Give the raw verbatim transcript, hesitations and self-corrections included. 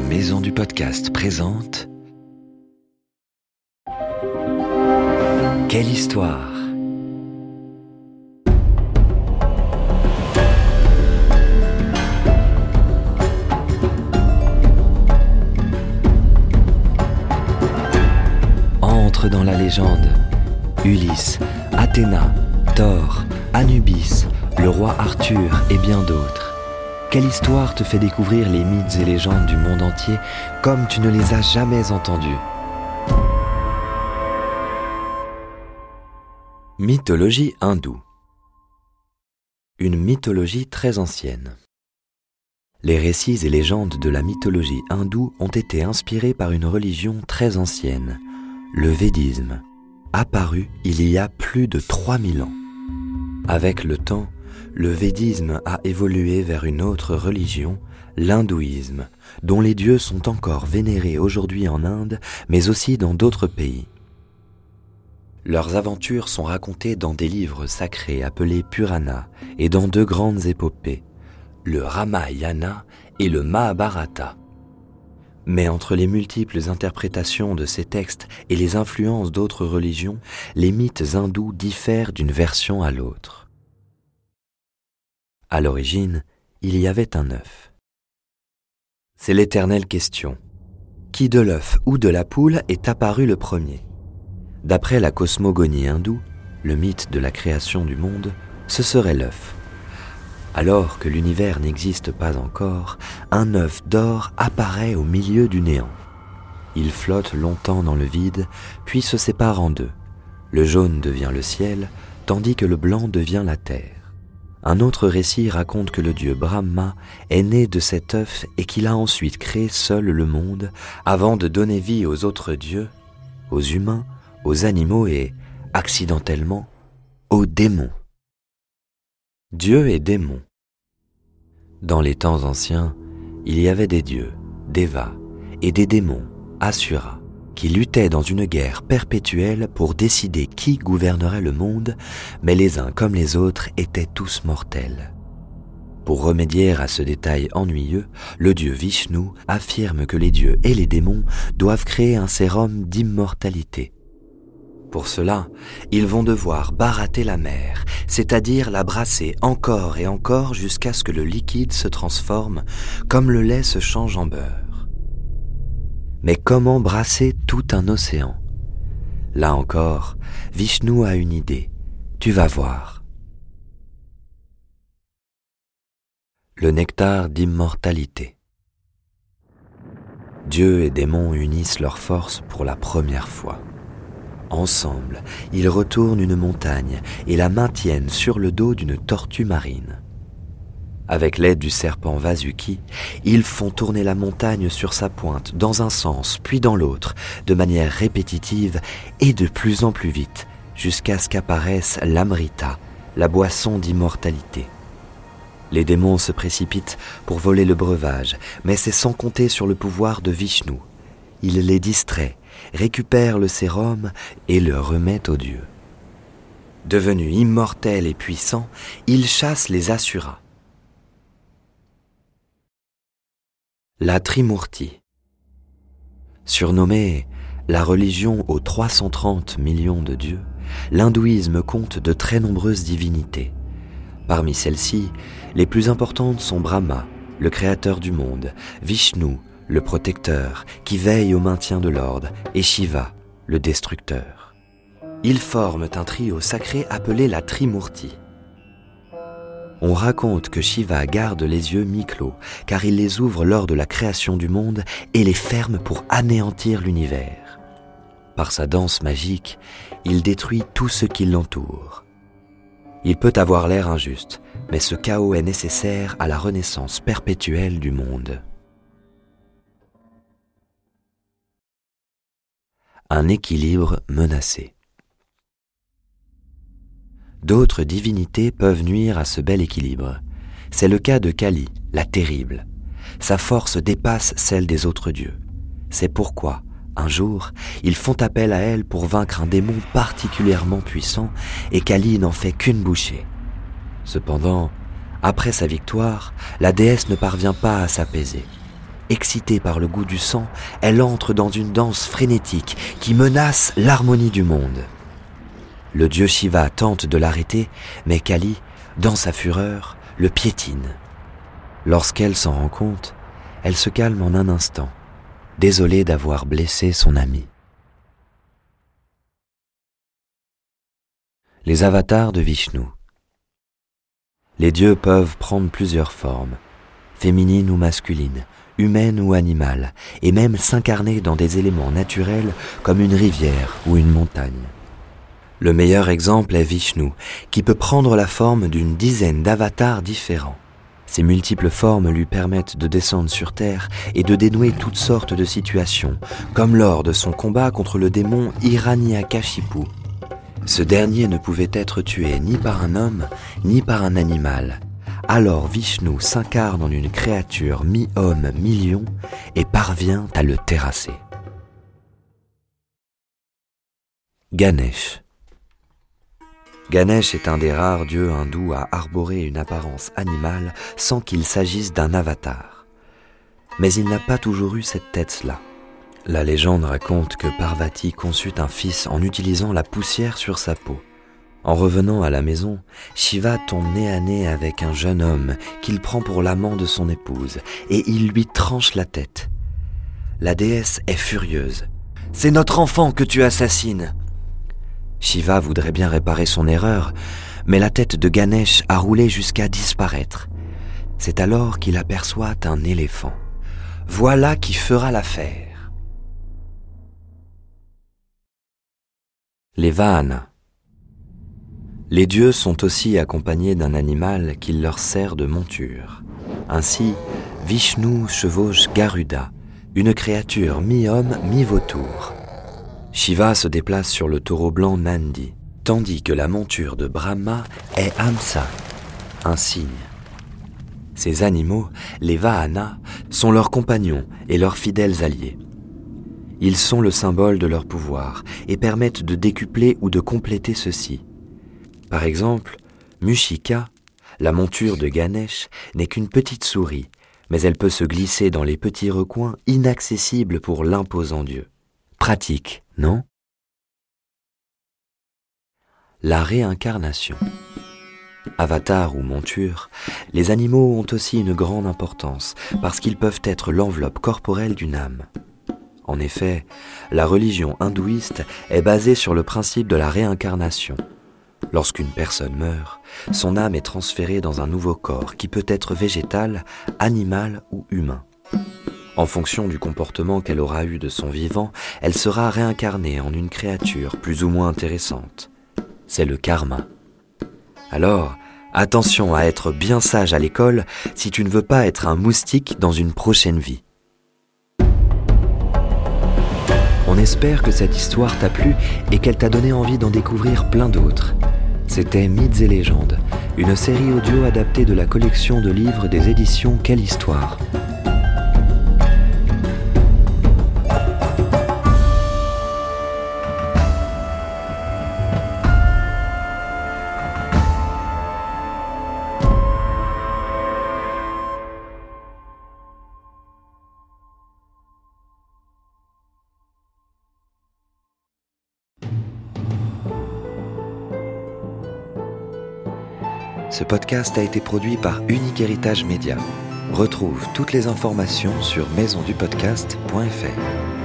Maison du Podcast présente Quelle histoire ? Entre dans la légende. Ulysse, Athéna, Thor, Anubis, le roi Arthur et bien d'autres. Quelle histoire te fait découvrir les mythes et légendes du monde entier comme tu ne les as jamais entendus ? Mythologie hindoue. Une mythologie très ancienne. Les récits et légendes de la mythologie hindoue ont été inspirés par une religion très ancienne, le védisme, apparu il y a plus de trois mille ans. Avec le temps, le védisme a évolué vers une autre religion, l'hindouisme, dont les dieux sont encore vénérés aujourd'hui en Inde, mais aussi dans d'autres pays. Leurs aventures sont racontées dans des livres sacrés appelés Puranas et dans deux grandes épopées, le Ramayana et le Mahabharata. Mais entre les multiples interprétations de ces textes et les influences d'autres religions, les mythes hindous diffèrent d'une version à l'autre. À l'origine, il y avait un œuf. C'est l'éternelle question. Qui de l'œuf ou de la poule est apparu le premier ? D'après la cosmogonie hindoue, le mythe de la création du monde, ce serait l'œuf. Alors que l'univers n'existe pas encore, un œuf d'or apparaît au milieu du néant. Il flotte longtemps dans le vide, puis se sépare en deux. Le jaune devient le ciel, tandis que le blanc devient la terre. Un autre récit raconte que le dieu Brahma est né de cet œuf et qu'il a ensuite créé seul le monde avant de donner vie aux autres dieux, aux humains, aux animaux et, accidentellement, aux démons. Dieu et démons. Dans les temps anciens, il y avait des dieux, Devas, et des démons, Asura, qui luttaient dans une guerre perpétuelle pour décider qui gouvernerait le monde, mais les uns comme les autres étaient tous mortels. Pour remédier à ce détail ennuyeux, le dieu Vishnu affirme que les dieux et les démons doivent créer un sérum d'immortalité. Pour cela, ils vont devoir barater la mer, c'est-à-dire la brasser encore et encore jusqu'à ce que le liquide se transforme, comme le lait se change en beurre. Mais comment brasser tout un océan ? Là encore, Vishnu a une idée. Tu vas voir. Le nectar d'immortalité. Dieu et démons unissent leurs forces pour la première fois. Ensemble, ils retournent une montagne et la maintiennent sur le dos d'une tortue marine. Avec l'aide du serpent Vasuki, ils font tourner la montagne sur sa pointe dans un sens puis dans l'autre, de manière répétitive et de plus en plus vite, jusqu'à ce qu'apparaisse l'Amrita, la boisson d'immortalité. Les démons se précipitent pour voler le breuvage, mais c'est sans compter sur le pouvoir de Vishnu. Il les distrait, récupère le sérum et le remet aux dieux. Devenus immortels et puissants, ils chassent les Asuras. La Trimurti. Surnommée la religion aux trois cent trente millions de dieux, l'hindouisme compte de très nombreuses divinités. Parmi celles-ci, les plus importantes sont Brahma, le créateur du monde, Vishnu, le protecteur, qui veille au maintien de l'ordre, et Shiva, le destructeur. Ils forment un trio sacré appelé la Trimurti. On raconte que Shiva garde les yeux mi-clos, car il les ouvre lors de la création du monde et les ferme pour anéantir l'univers. Par sa danse magique, il détruit tout ce qui l'entoure. Il peut avoir l'air injuste, mais ce chaos est nécessaire à la renaissance perpétuelle du monde. Un équilibre menacé. D'autres divinités peuvent nuire à ce bel équilibre. C'est le cas de Kali, la terrible. Sa force dépasse celle des autres dieux. C'est pourquoi, un jour, ils font appel à elle pour vaincre un démon particulièrement puissant et Kali n'en fait qu'une bouchée. Cependant, après sa victoire, la déesse ne parvient pas à s'apaiser. Excitée par le goût du sang, elle entre dans une danse frénétique qui menace l'harmonie du monde. Le dieu Shiva tente de l'arrêter, mais Kali, dans sa fureur, le piétine. Lorsqu'elle s'en rend compte, elle se calme en un instant, désolée d'avoir blessé son ami. Les avatars de Vishnu. Les dieux peuvent prendre plusieurs formes, féminines ou masculines, humaines ou animales, et même s'incarner dans des éléments naturels comme une rivière ou une montagne. Le meilleur exemple est Vishnu, qui peut prendre la forme d'une dizaine d'avatars différents. Ces multiples formes lui permettent de descendre sur Terre et de dénouer toutes sortes de situations, comme lors de son combat contre le démon Hiranyakashipu. Ce dernier ne pouvait être tué ni par un homme, ni par un animal. Alors Vishnu s'incarne en une créature mi-homme, mi-lion et parvient à le terrasser. Ganesh. Ganesh est un des rares dieux hindous à arborer une apparence animale sans qu'il s'agisse d'un avatar. Mais il n'a pas toujours eu cette tête-là. La légende raconte que Parvati conçut un fils en utilisant la poussière sur sa peau. En revenant à la maison, Shiva tombe nez à nez avec un jeune homme qu'il prend pour l'amant de son épouse et il lui tranche la tête. La déesse est furieuse. « C'est notre enfant que tu assassines !» Shiva voudrait bien réparer son erreur, mais la tête de Ganesh a roulé jusqu'à disparaître. C'est alors qu'il aperçoit un éléphant. Voilà qui fera l'affaire. Les Vahana. Les dieux sont aussi accompagnés d'un animal qui leur sert de monture. Ainsi, Vishnu chevauche Garuda, une créature mi-homme, mi-vautour. Shiva se déplace sur le taureau blanc Nandi, tandis que la monture de Brahma est Hamsa, un cygne. Ces animaux, les Vahana, sont leurs compagnons et leurs fidèles alliés. Ils sont le symbole de leur pouvoir et permettent de décupler ou de compléter ceux-ci. Par exemple, Mushika, la monture de Ganesh, n'est qu'une petite souris, mais elle peut se glisser dans les petits recoins inaccessibles pour l'imposant dieu. Pratique, non ? La réincarnation. Avatar ou monture, les animaux ont aussi une grande importance parce qu'ils peuvent être l'enveloppe corporelle d'une âme. En effet, la religion hindouiste est basée sur le principe de la réincarnation. Lorsqu'une personne meurt, son âme est transférée dans un nouveau corps qui peut être végétal, animal ou humain. En fonction du comportement qu'elle aura eu de son vivant, elle sera réincarnée en une créature plus ou moins intéressante. C'est le karma. Alors, attention à être bien sage à l'école si tu ne veux pas être un moustique dans une prochaine vie. On espère que cette histoire t'a plu et qu'elle t'a donné envie d'en découvrir plein d'autres. C'était Mythes et légendes, une série audio adaptée de la collection de livres des éditions Quelle Histoire. Ce podcast a été produit par Unique Héritage Média. Retrouve toutes les informations sur maison du podcast point f r.